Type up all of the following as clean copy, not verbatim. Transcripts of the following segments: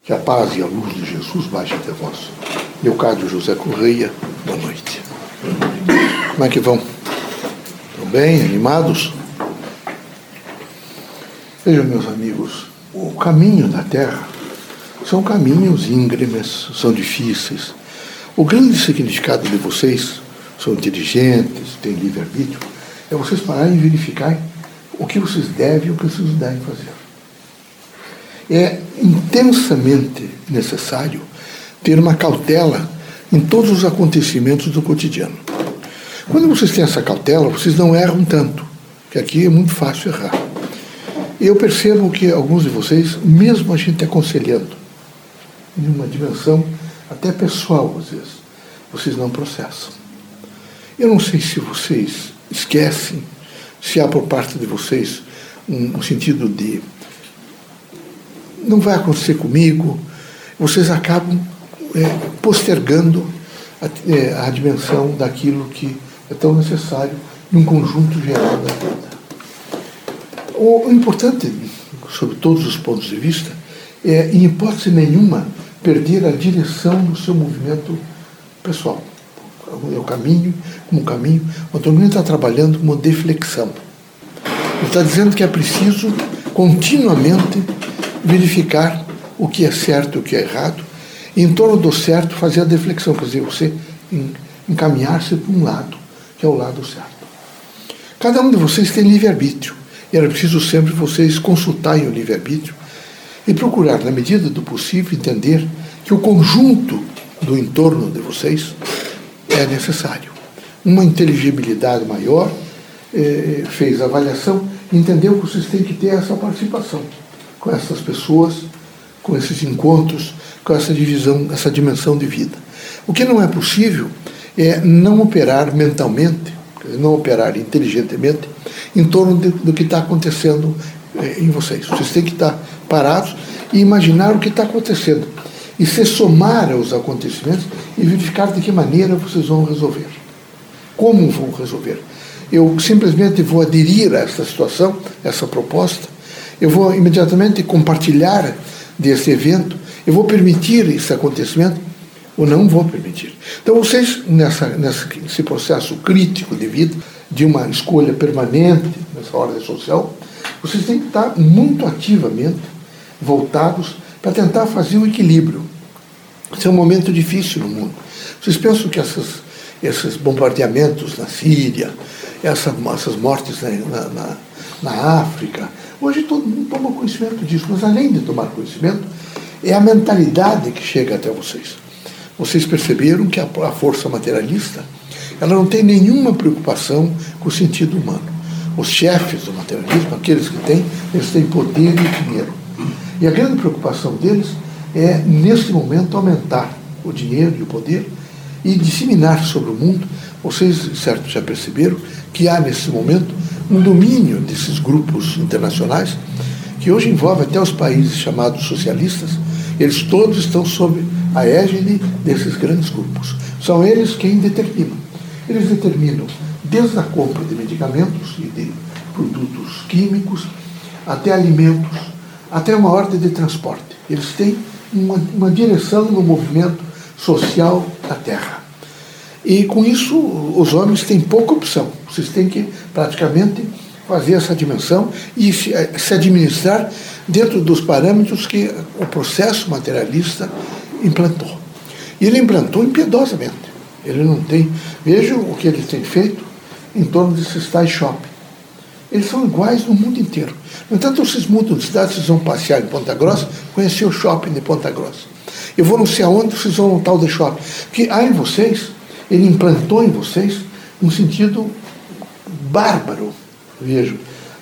Que a paz e a luz de Jesus baixe até vós. Leocádio José Correia, boa noite. Como é que vão? Estão bem? Animados? Vejam, meus amigos, o caminho da Terra são caminhos íngremes, são difíceis. O grande significado de vocês, são inteligentes, têm livre-arbítrio, é vocês pararem e verificarem o que vocês devem e o que vocês devem fazer. É intensamente necessário ter uma cautela em todos os acontecimentos do cotidiano. Quando vocês têm essa cautela, vocês não erram tanto, que aqui é muito fácil errar. Eu percebo que alguns de vocês, mesmo a gente aconselhando, em uma dimensão até pessoal, às vezes, vocês não processam. Eu não sei se vocês esquecem, se há por parte de vocês um sentido de não vai acontecer comigo, vocês acabam postergando a dimensão daquilo que é tão necessário num conjunto geral da vida. O importante, sob todos os pontos de vista, é, em hipótese nenhuma, perder a direção do seu movimento pessoal. É o caminho, como caminho. O Antônio está trabalhando como deflexão. Ele está dizendo que é preciso continuamente verificar o que é certo e o que é errado, e em torno do certo fazer a deflexão, quer dizer, você encaminhar-se para um lado, que é o lado certo. Cada um de vocês tem livre-arbítrio, e era preciso sempre vocês consultarem o livre-arbítrio e procurar, na medida do possível, entender que o conjunto do entorno de vocês é necessário. Uma inteligibilidade maior fez a avaliação e entendeu que vocês têm que ter essa participação com essas pessoas, com esses encontros, com essa divisão, essa dimensão de vida. O que não é possível é não operar mentalmente, não operar inteligentemente em torno do que está acontecendo em vocês. Vocês têm que estar parados e imaginar o que está acontecendo e se somar aos acontecimentos e verificar de que maneira vocês vão resolver. Como vão resolver? Eu simplesmente vou aderir a essa situação, essa proposta. Eu vou imediatamente compartilhar desse evento, eu vou permitir esse acontecimento ou não vou permitir. Então vocês, nesse processo crítico de vida, de uma escolha permanente nessa ordem social, vocês têm que estar muito ativamente voltados para tentar fazer o equilíbrio. Esse é um momento difícil no mundo. Vocês pensam que esses bombardeamentos na Síria, essas mortes na África, hoje todo mundo toma conhecimento disso, mas além de tomar conhecimento, é a mentalidade que chega até vocês. Vocês perceberam que a força materialista, ela não tem nenhuma preocupação com o sentido humano. Os chefes do materialismo, aqueles que têm, eles têm poder e dinheiro. E a grande preocupação deles é, nesse momento, aumentar o dinheiro e o poder e disseminar sobre o mundo. Vocês, certo, já perceberam que há, nesse momento, um domínio desses grupos internacionais que hoje envolve até os países chamados socialistas. Eles todos estão sob a égide desses grandes grupos. São eles quem determinam. Eles determinam desde a compra de medicamentos e de produtos químicos, até alimentos, até uma ordem de transporte. Eles têm uma direção no movimento social da Terra. E com isso, os homens têm pouca opção. Vocês têm que, praticamente, fazer essa dimensão e se administrar dentro dos parâmetros que o processo materialista implantou. E ele implantou impiedosamente. Ele não tem... Vejam o que eles têm feito em torno desses tais shopping. Eles são iguais no mundo inteiro. No entanto, vocês mudam de cidade, vocês vão passear em Ponta Grossa, conhecer o shopping de Ponta Grossa. Eu vou não sei aonde, vocês vão no tal de shopping. Porque há em vocês, ele implantou em vocês um sentido bárbaro, vejo,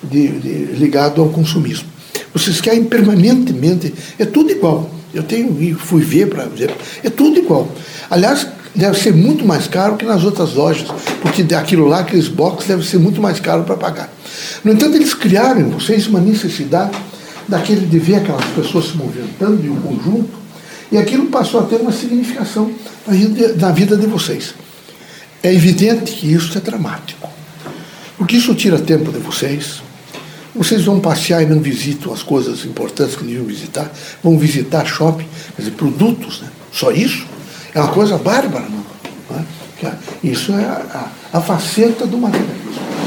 ligado ao consumismo. Vocês querem permanentemente, é tudo igual. Fui ver para ver, é tudo igual. Aliás, deve ser muito mais caro que nas outras lojas, porque aquilo lá, aqueles boxes, deve ser muito mais caro para pagar. No entanto, eles criaram em vocês uma necessidade daquele de ver aquelas pessoas se movimentando em um conjunto, e aquilo passou a ter uma significação na vida de vocês. É evidente que isso é dramático, porque isso tira tempo de vocês, Vocês vão passear e não visitam as coisas importantes que deviam visitar, vão visitar shopping, quer dizer, produtos, né? Só isso é uma coisa bárbara, não é? Isso é a faceta do materialismo.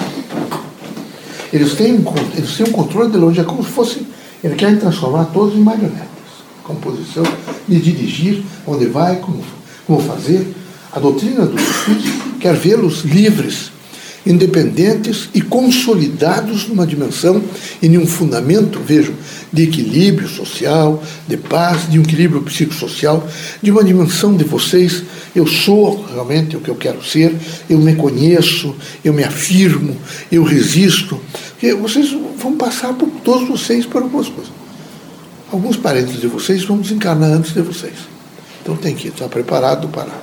Eles têm um controle de longe, é como se fosse, eles querem transformar todos em marionetas, composição de dirigir, onde vai, como fazer. A doutrina dos espíritos quer vê-los livres, independentes e consolidados numa dimensão e em um fundamento, vejam, de equilíbrio social, de paz, de um equilíbrio psicossocial, de uma dimensão de vocês. Eu sou realmente o que eu quero ser, eu me conheço, eu me afirmo, eu resisto. Porque vocês vão passar por, todos vocês, por algumas coisas. Alguns parentes de vocês vão desencarnar antes de vocês. Então tem que estar preparado para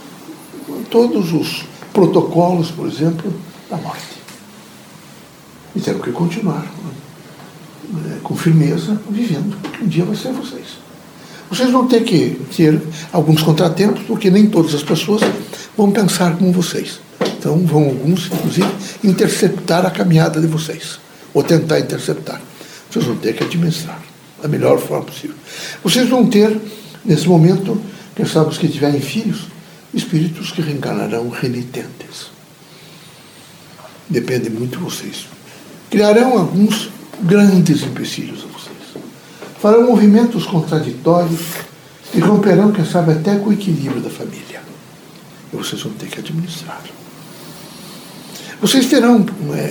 todos os protocolos, por exemplo, da morte. E terão que continuar com firmeza, vivendo, porque um dia vai ser vocês. Vocês vão ter que ter alguns contratempos, porque nem todas as pessoas vão pensar como vocês. Então vão alguns, inclusive, interceptar a caminhada de vocês, ou tentar interceptar. Vocês vão ter que administrar da melhor forma possível. Vocês vão ter, nesse momento, quem sabe os que tiverem filhos, espíritos que reencarnarão renitentes. Depende muito de vocês. Criarão alguns grandes empecilhos a vocês. Farão movimentos contraditórios e romperão, quem sabe, até com o equilíbrio da família. E vocês vão ter que administrar. Vocês terão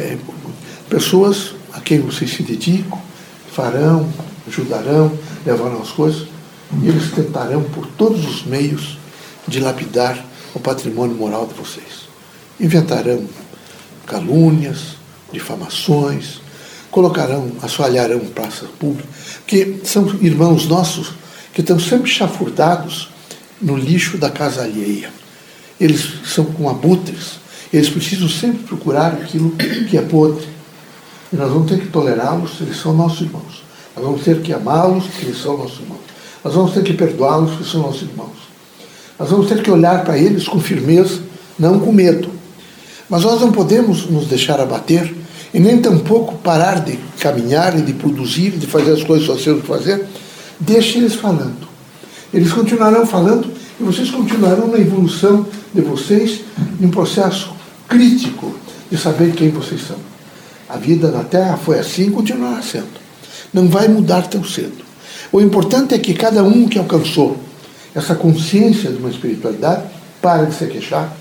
pessoas a quem vocês se dedicam, farão, ajudarão, levarão as coisas, e eles tentarão, por todos os meios, dilapidar o patrimônio moral de vocês. Inventarão calúnias, difamações, assoalharão praças públicas, que são irmãos nossos que estão sempre chafurdados no lixo da casa alheia. Eles são como abutres, eles precisam sempre procurar aquilo que é podre. E nós vamos ter que tolerá-los, eles são nossos irmãos. Nós vamos ter que amá-los, porque eles são nossos irmãos. Nós vamos ter que perdoá-los, porque são nossos irmãos. Nós vamos ter que olhar para eles com firmeza, não com medo. Mas nós não podemos nos deixar abater e nem tampouco parar de caminhar e de produzir e de fazer as coisas que nós temos que fazer. Deixe eles falando. Eles continuarão falando e vocês continuarão na evolução de vocês em um processo crítico de saber quem vocês são. A vida na Terra foi assim e continuará sendo. Não vai mudar tão cedo. O importante é que cada um que alcançou essa consciência de uma espiritualidade pare de se queixar,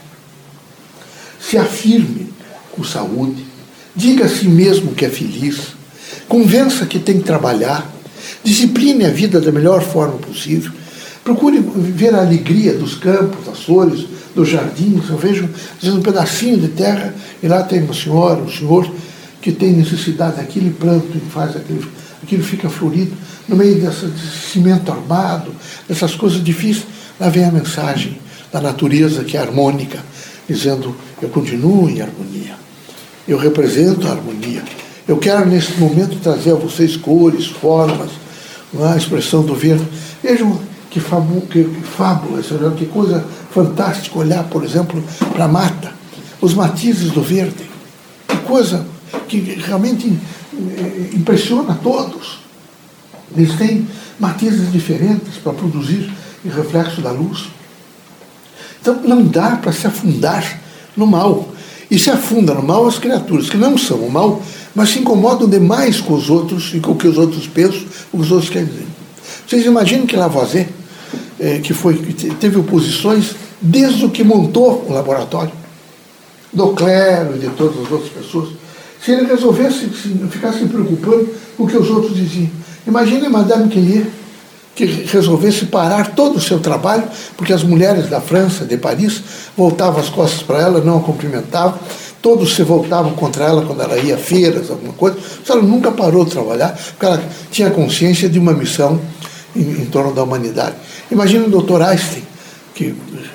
se afirme com saúde, diga a si mesmo que é feliz, convença que tem que trabalhar, discipline a vida da melhor forma possível, procure ver a alegria dos campos, das flores, dos jardins. Eu vejo, às vezes, um pedacinho de terra e lá tem uma senhora, um senhor que tem necessidade daquilo e planta e faz aquilo fica florido no meio desse cimento armado, dessas coisas difíceis. Lá vem a mensagem da natureza que é harmônica, dizendo: eu continuo em harmonia, eu represento a harmonia, eu quero nesse momento trazer a vocês cores, formas, a expressão do verde. Vejam que fábula, que coisa fantástica olhar, por exemplo, para a mata, os matizes do verde, que coisa que realmente impressiona a todos. Eles têm matizes diferentes para produzir o reflexo da luz. Então não dá para se afundar no mal. E se afunda no mal as criaturas que não são o mal, mas se incomodam demais com os outros e com o que os outros pensam, o que os outros querem dizer. Vocês imaginam que Lavoisier, que teve oposições desde o que montou o laboratório, do clero e de todas as outras pessoas, se ele resolvesse ficar se preocupando com o que os outros diziam. Imagine Madame Curie, que resolvesse parar todo o seu trabalho, porque as mulheres da França, de Paris, voltavam as costas para ela, não a cumprimentavam, todos se voltavam contra ela quando ela ia a feiras, alguma coisa. Ela nunca parou de trabalhar, porque ela tinha consciência de uma missão em torno da humanidade. Imagina o Dr. Einstein, que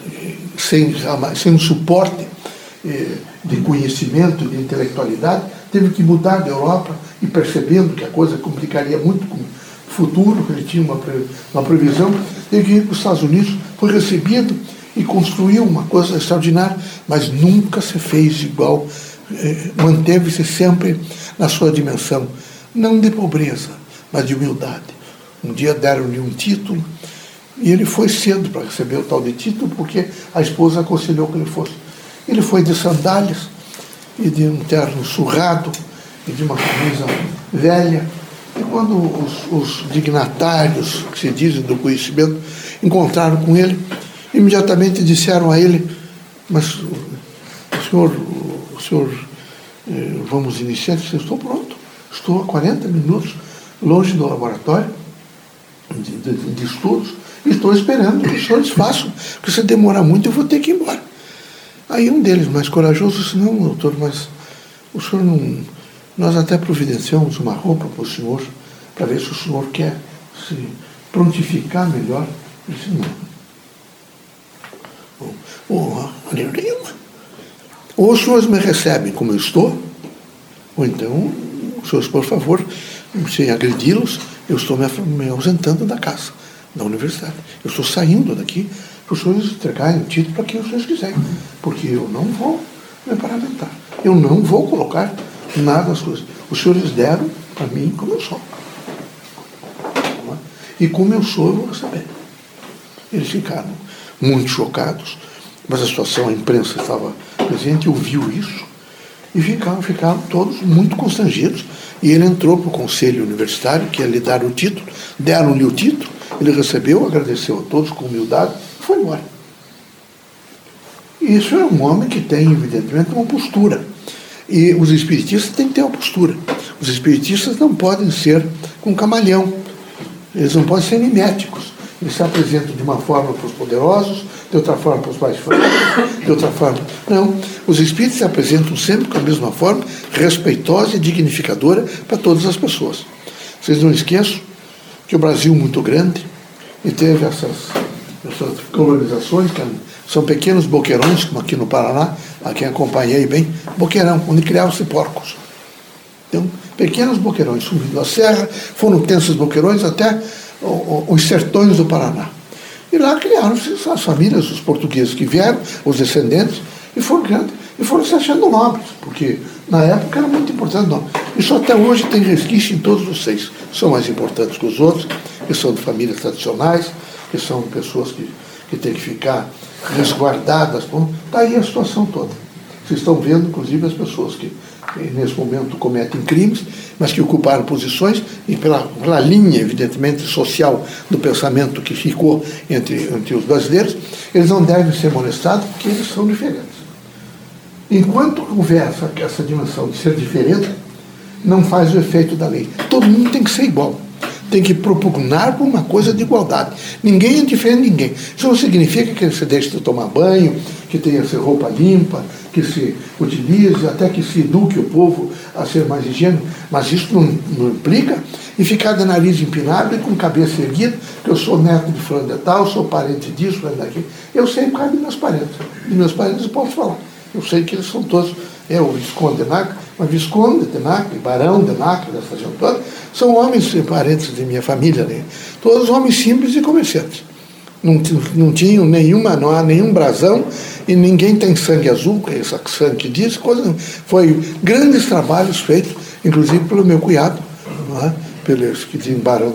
sem um suporte de conhecimento, de intelectualidade, teve que mudar da Europa e percebendo que a coisa complicaria muito com o futuro, que ele tinha uma previsão, teve que ir para os Estados Unidos, foi recebido e construiu uma coisa extraordinária, mas nunca se fez igual, manteve-se sempre na sua dimensão não de pobreza, mas de humildade. Um dia deram-lhe um título e ele foi cedo para receber o tal de título, porque a esposa aconselhou que ele fosse. Ele foi de sandálias e de um terno surrado e de uma camisa velha. E quando os dignatários, que se dizem do conhecimento, encontraram com ele, imediatamente disseram a ele: mas o senhor vamos iniciar? Eu estou pronto. Estou a 40 minutos longe do laboratório de estudos e estou esperando que os senhores façam, porque se demorar muito eu vou ter que ir embora. Aí um deles, mais corajoso, disse: não, doutor, mas o senhor não... Nós até providenciamos uma roupa para o senhor, para ver se o senhor quer se prontificar melhor. Eu disse: não. Ou os senhores me recebem como eu estou, ou então, os senhores, por favor, sem agredi-los, eu estou me ausentando da casa, da universidade. Eu estou saindo daqui para os senhores entregarem o título para quem os senhores quiserem, porque eu não vou me paramentar. Eu não vou colocar nada das coisas. Os senhores deram para mim como eu sou. E como eu sou, eu vou receber. Eles ficaram muito chocados, mas a situação, a imprensa estava presente, ouviu isso, e ficaram todos muito constrangidos. E ele entrou para o conselho universitário, que ia lhe dar o título, deram-lhe o título, ele recebeu, agradeceu a todos com humildade e foi embora. E isso é um homem que tem, evidentemente, uma postura. E os espiritistas têm que ter uma postura. Os espiritistas não podem ser com camaleão. Eles não podem ser miméticos. Eles se apresentam de uma forma para os poderosos, de outra forma para os mais fracos, de outra forma... Não. Os espíritos se apresentam sempre com a mesma forma, respeitosa e dignificadora para todas as pessoas. Vocês não esqueçam que o Brasil é muito grande e teve essas colonizações, que são pequenos boqueirões, como aqui no Paraná, a quem acompanhei bem, boqueirão, onde criavam-se porcos. Então, pequenos boqueirões, subindo a serra, foram tensos boqueirões até os sertões do Paraná. E lá criaram-se as famílias, os portugueses que vieram, os descendentes, e foram criando, e foram se achando nobres, porque na época era muito importante nome. Isso até hoje tem resquício em todos os seis. São mais importantes que os outros, que são de famílias tradicionais, que são pessoas que têm que ficar resguardadas. Está aí a situação toda. Vocês estão vendo, inclusive, as pessoas que nesse momento cometem crimes, mas que ocuparam posições, e pela linha, evidentemente, social do pensamento que ficou entre os brasileiros, eles não devem ser molestados porque eles são diferentes. Enquanto houver essa dimensão de ser diferente, não faz o efeito da lei. Todo mundo tem que ser igual. Tem que propugnar por uma coisa de igualdade. Ninguém é diferente de ninguém. Isso não significa que você deixe de tomar banho, que tenha roupa limpa, que se utilize, até que se eduque o povo a ser mais higiênico. Mas isso não implica em ficar de nariz empinado e com cabeça erguida, que eu sou neto de fulano de tal, sou parente disso, parente daquilo. Eu sei por causa de meus parentes. De meus parentes eu posso falar. Eu sei que eles são todos, o Visconde de Nácar, mas Visconde de Nácar, Barão de Nácar, dessa gente toda, são homens parentes de minha família, né? Todos homens simples e comerciantes. Não tinham não há nenhum brasão, e ninguém tem sangue azul, que é esse sangue que diz, foi grandes trabalhos feitos, inclusive pelo meu cunhado, não é? Pelos que dizem Barão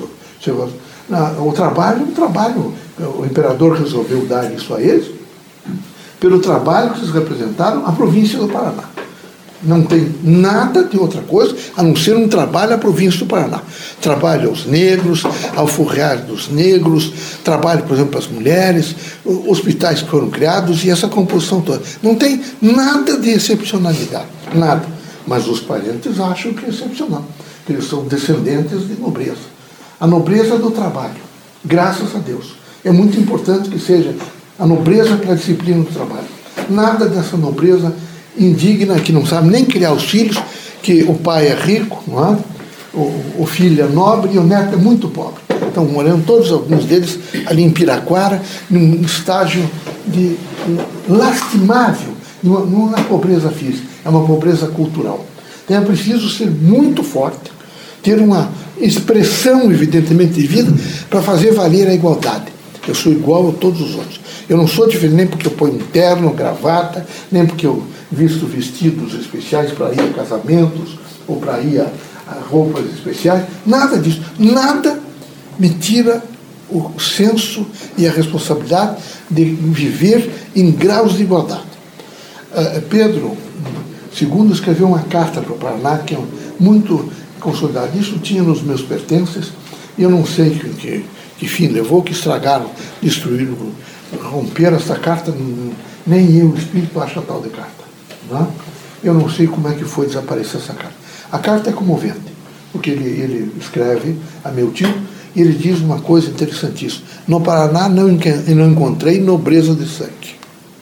o trabalho, o imperador resolveu dar isso a eles, pelo trabalho que eles representaram a província do Paraná. Não tem nada de outra coisa a não ser um trabalho à província do Paraná. Trabalho aos negros, ao forrar dos negros, trabalho, por exemplo, para as mulheres, hospitais que foram criados e essa composição toda. Não tem nada de excepcionalidade, nada. Mas os parentes acham que é excepcional, que eles são descendentes de nobreza. A nobreza do trabalho, graças a Deus. É muito importante que seja a nobreza pela disciplina do trabalho. Nada dessa nobreza indigna, que não sabe nem criar os filhos, que o pai é rico, não é? O filho é nobre e o neto é muito pobre. Estão morando alguns deles ali em Piraquara, num estágio de lastimável, não é pobreza física, é uma pobreza cultural. Então é preciso ser muito forte, ter uma expressão, evidentemente, de vida, para fazer valer a igualdade. Eu sou igual a todos os outros. Eu não sou diferente nem porque eu ponho um terno, gravata, nem porque eu visto vestidos especiais para ir a casamentos ou para ir roupas especiais, nada disso. Nada me tira o senso e a responsabilidade de viver em graus de igualdade. Pedro II escreveu uma carta para o Paraná, que é muito consolidada. Isso tinha nos meus pertences, e eu não sei que fim levou, que estragaram, destruíram, romperam essa carta, nem eu, o espírito, acho a tal de carta. Não? Eu não sei como é que foi desaparecer essa carta. A carta é comovente, porque ele escreve a meu tio, e ele diz uma coisa interessantíssima. No Paraná não encontrei nobreza de sangue.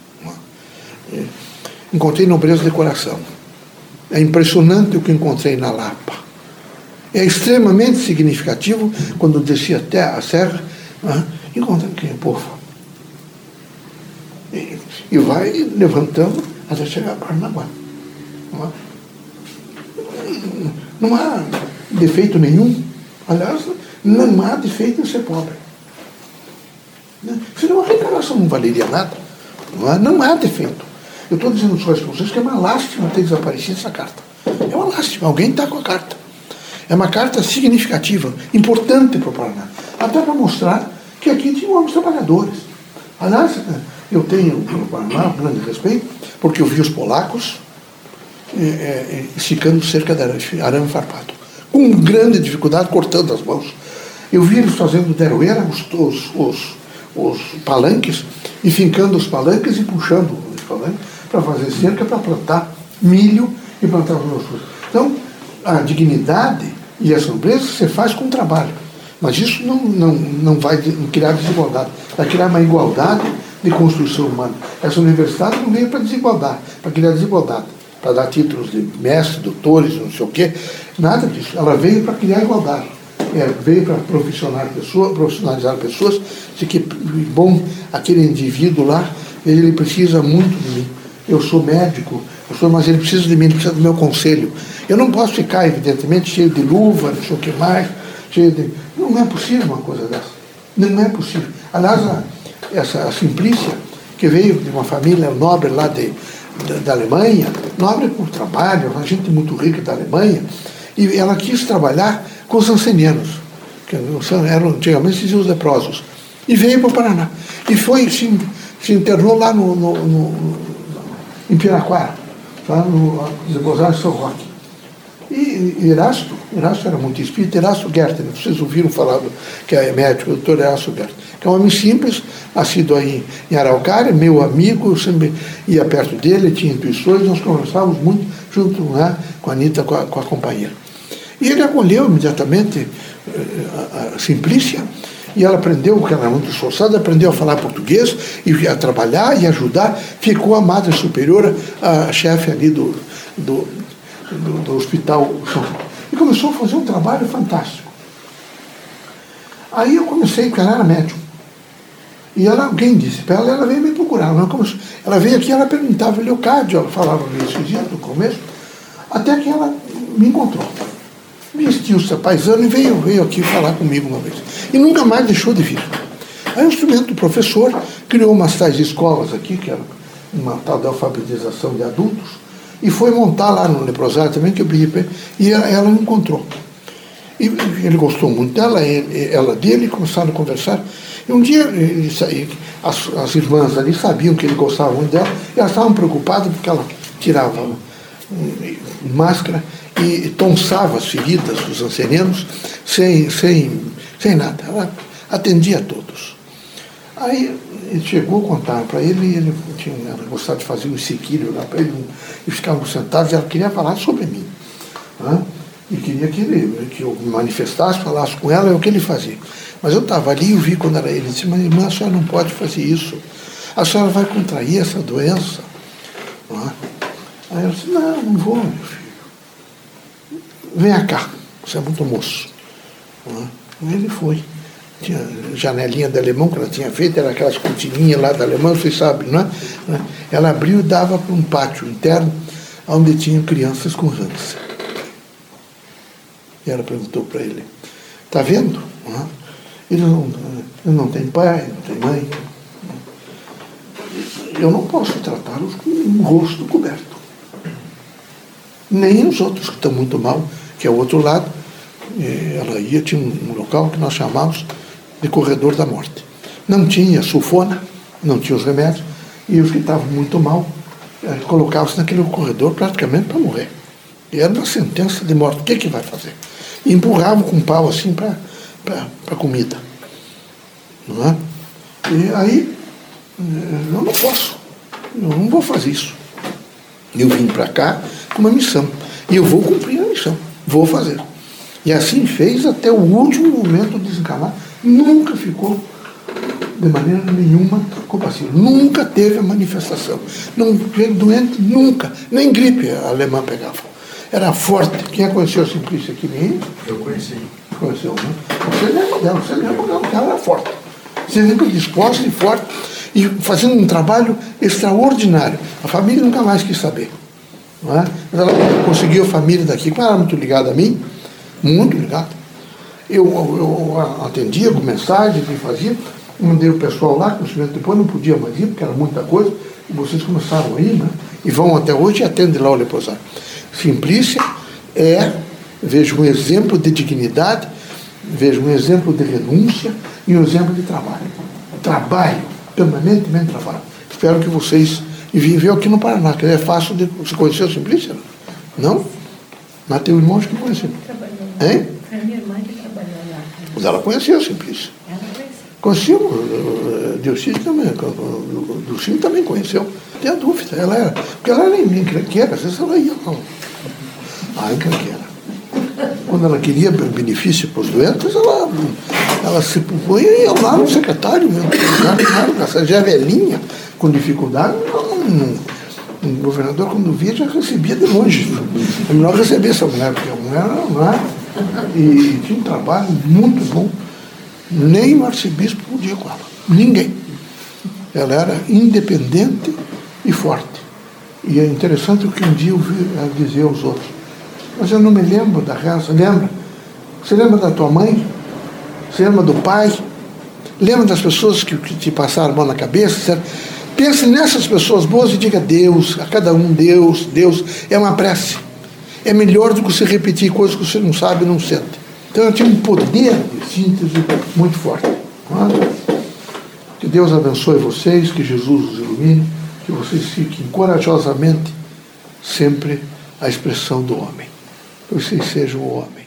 Encontrei nobreza de coração. É impressionante o que encontrei na Lapa. É extremamente significativo quando desci até a serra, encontrei quem é povo. E vai levantando até chegar a Paranaguá. Não há defeito nenhum. Aliás, não há defeito em ser pobre. Senão a reencarnação não valeria nada. Não há defeito. Eu estou dizendo só para vocês que é uma lástima ter desaparecido essa carta. É uma lástima. Alguém está com a carta. É uma carta significativa, importante para o Paraná. Até para mostrar que aqui tinha homens trabalhadores. Aliás, eu tenho no Paraná um grande respeito, porque eu vi os polacos esticando cerca de arame farpado, com grande dificuldade, cortando as mãos. Eu vi eles fazendo deroeira, os palanques, e fincando os palanques e puxando os palanques para fazer cerca, para plantar milho e plantar as outras coisas. Então, a dignidade e a nobreza você faz com trabalho. Mas isso não vai criar desigualdade, vai criar uma igualdade de construção humana. Essa universidade não veio para desigualdade, para criar desigualdade, para dar títulos de mestre, doutores, não sei o quê, nada disso. Ela veio para criar igualdade. Veio para profissionalizar pessoas, de que, bom, aquele indivíduo lá, ele precisa muito de mim. Eu sou médico, mas ele precisa de mim, ele precisa do meu conselho. Eu não posso ficar, evidentemente, cheio de luva, não sei o que mais, Não é possível uma coisa dessa. Não é possível. Aliás, a Simplícia, que veio de uma família nobre lá da Alemanha, nobre por trabalho, uma gente muito rica da Alemanha, e ela quis trabalhar com os ancenianos, que eram antigamente se diziam os leprosos, e veio para o Paraná. E se internou lá em Piraquara, lá no Deposado de São Roque. E Erasto era muito espírita, Erasto Gertner, vocês ouviram falar que é médico, o doutor Erasto Gertner, que é um homem simples, nascido aí em Araucária, meu amigo, eu sempre ia perto dele, tinha intuições, nós conversávamos muito junto, né, com a Anitta, com a companheira. E ele acolheu imediatamente a Simplícia, e ela aprendeu, porque ela era muito esforçada, aprendeu a falar português, e a trabalhar e ajudar, ficou a madre superiora, a chefe ali do hospital, e começou a fazer um trabalho fantástico. Aí eu comecei, porque ela era médium, e alguém disse para ela veio me procurar, ela veio aqui, ela perguntava, Leocádio, ela falava meio esquisito no começo, até que ela me encontrou. Vestiu-se a paisana e veio aqui falar comigo uma vez. E nunca mais deixou de vir. Aí o instrumento do professor criou umas tais escolas aqui, que era uma tal de alfabetização de adultos, e foi montar lá no leprosário também, que eu pedi, e ela me encontrou. E ele gostou muito dela, ela dele, começaram a conversar. E um dia, as irmãs ali sabiam que ele gostava muito dela, e elas estavam preocupadas porque ela tirava máscara e tonçava as feridas dos ancenianos sem nada. Ela atendia a todos. Aí ele chegou, contaram para ele, e ele gostava de fazer um sequilho lá para ele, e ficavam sentados, e ela queria falar sobre mim. Né? E queria que eu me manifestasse, falasse com ela, é o que ele fazia. Mas eu estava ali e vi quando ele disse, mas irmã, a senhora não pode fazer isso. A senhora vai contrair essa doença. Né? Aí eu disse, não vou, meu filho. Venha cá, você é muito moço. Né? E ele foi. Tinha janelinha de alemão que ela tinha feito, era aquelas cortininhas lá da alemã, vocês sabem, não é? Ela abriu e dava para um pátio interno, onde tinham crianças com câncer. E ela perguntou para ele, está vendo? Ele não tem pai, não tem mãe. Eu não posso tratá-los com o rosto coberto. Nem os outros que estão muito mal, que é o outro lado. Ela ia, tinha um local que nós chamávamos de corredor da morte. Não tinha sulfona, não tinha os remédios, e os que estavam muito mal colocavam-se naquele corredor praticamente para morrer. E era uma sentença de morte. O que vai fazer? E empurravam com um pau assim para comida. Não é? E aí, eu não posso, eu não vou fazer isso. Eu vim para cá com uma missão. E eu vou cumprir a missão. Vou fazer. E assim fez até o último momento de desencarnar. Nunca ficou de maneira nenhuma compassivo. Nunca teve a manifestação. Não veio doente, nunca. Nem gripe a alemã pegava. Era forte. Quem conheceu a Simplícia aqui? Nem? Eu conheci. Conheceu, né? Você lembra dela, ela era forte. Sempre disposta e forte. E fazendo um trabalho extraordinário. A família nunca mais quis saber. Não é? Mas ela conseguiu a família daqui. Como ela era muito ligada a mim, muito ligada. Eu atendia com mensagens e fazia. Mandei o pessoal lá, que depois não podia mais ir, porque era muita coisa. E vocês começaram a ir, né? E vão até hoje e atendem lá o leprosário. Simplícia vejo um exemplo de dignidade, vejo um exemplo de renúncia e um exemplo de trabalho. Trabalho, permanentemente trabalho. Espero que vocês vivem aqui no Paraná, que é fácil de... Você conheceu a Simplícia? Não? Mas tem um irmão que conheceu. Hein? Foi a minha irmã que trabalhou lá. Mas ela conheceu a Simplícia. Ela conheceu. Conheceu, o Delcídio também, o Dulcinho também conheceu. Tem a dúvida, porque ela era encrenqueira, às vezes ela ia não. Encrenqueira. Quando ela queria benefício para os doentes, ela se punha e ia lá no secretário, essa já velhinha, com dificuldade, o governador, quando via, já recebia de longe. É melhor receber essa mulher, porque a mulher não é. E tinha um trabalho muito bom. Nem o arcebispo podia com ela. Ninguém. Ela era independente e forte. E é interessante o que um dia eu vi ela dizer aos outros. Mas eu não me lembro da raça. Lembra? Você lembra da tua mãe? Você lembra do pai? Lembra das pessoas que te passaram a mão na cabeça? Certo? Pense nessas pessoas boas e diga Deus, a cada um Deus, Deus. É uma prece. É melhor do que você repetir coisas que você não sabe e não sente. Então eu tinha um poder de síntese muito forte. Que Deus abençoe vocês, que Jesus os ilumine, que vocês fiquem corajosamente sempre à expressão do homem. Que vocês sejam o homem.